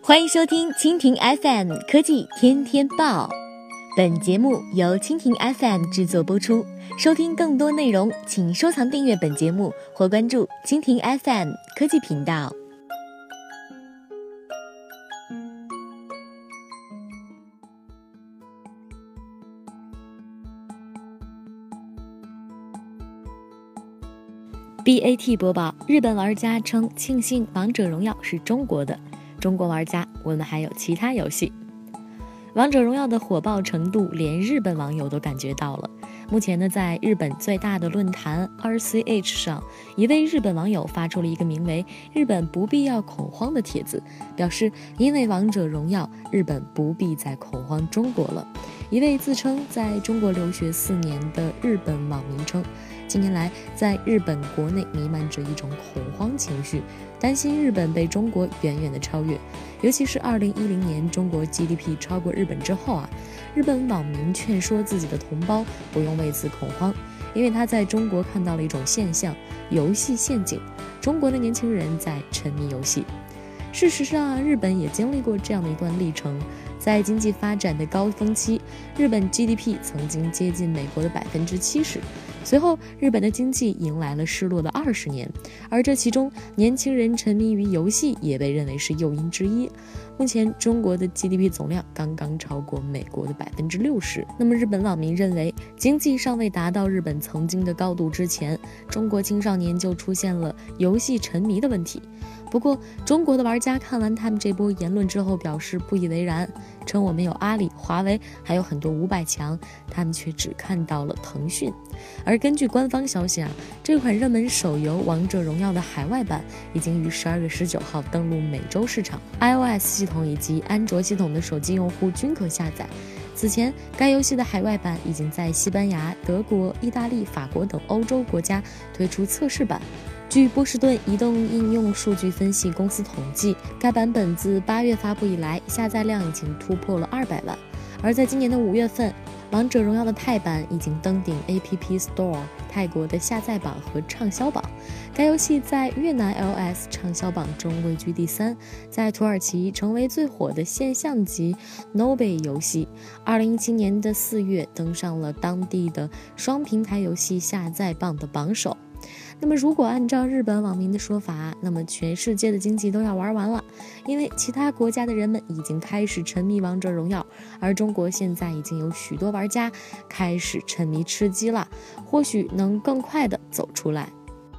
欢迎收听蜻蜓 FM 科技天天报，本节目由蜻蜓 FM 制作播出。收听更多内容，请收藏订阅本节目或关注蜻蜓 FM 科技频道。BAT 播报，日本玩家称庆幸王者荣耀是中国的，中国玩家我们还有其他游戏。王者荣耀的火爆程度连日本网友都感觉到了。目前呢，在日本最大的论坛 RCH 上，一位日本网友发出了一个名为日本不必要恐慌的帖子，表示因为王者荣耀，日本不必再恐慌中国了。一位自称在中国留学4年的日本网民称，近年来在日本国内弥漫着一种恐慌情绪，担心日本被中国远远的超越。尤其是2010年中国 GDP 超过日本之后日本网民劝说自己的同胞不用为此恐慌，因为他在中国看到了一种现象，游戏陷阱，中国的年轻人在沉迷游戏。事实上日本也经历过这样的一段历程，在经济发展的高峰期，日本 GDP 曾经接近美国的70%，随后日本的经济迎来了失落的20年，而这其中年轻人沉迷于游戏也被认为是诱因之一。目前中国的 GDP 总量刚刚超过美国的60%，那么日本网民认为，经济尚未达到日本曾经的高度之前，中国青少年就出现了游戏沉迷的问题。不过中国的玩家看完他们这波言论之后表示不以为然，称我们有阿里、华为，还有很多500强，他们却只看到了腾讯。而根据官方消息这款热门手游《王者荣耀》的海外版已经于12月19号登陆美洲市场， iOS 系统以及安卓系统的手机用户均可下载。此前该游戏的海外版已经在西班牙、德国、意大利、法国等欧洲国家推出测试版。据波士顿移动应用数据分析公司统计，该版本自8月发布以来，下载量已经突破了200万。而在今年的5月份，王者荣耀的泰版已经登顶 App Store 泰国的下载榜和畅销榜。该游戏在越南 iOS 畅销榜中位居第3，在土耳其成为最火的现象级 Nobe 游戏。2017年的4月登上了当地的双平台游戏下载榜的榜首。那么如果按照日本网民的说法，那么全世界的经济都要玩完了，因为其他国家的人们已经开始沉迷王者荣耀，而中国现在已经有许多玩家开始沉迷吃鸡了，或许能更快地走出来。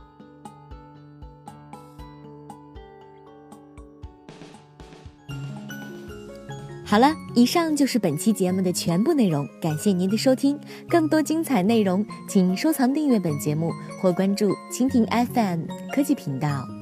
好了，以上就是本期节目的全部内容，感谢您的收听。更多精彩内容，请收藏订阅本节目或关注蜻蜓 FM 科技频道。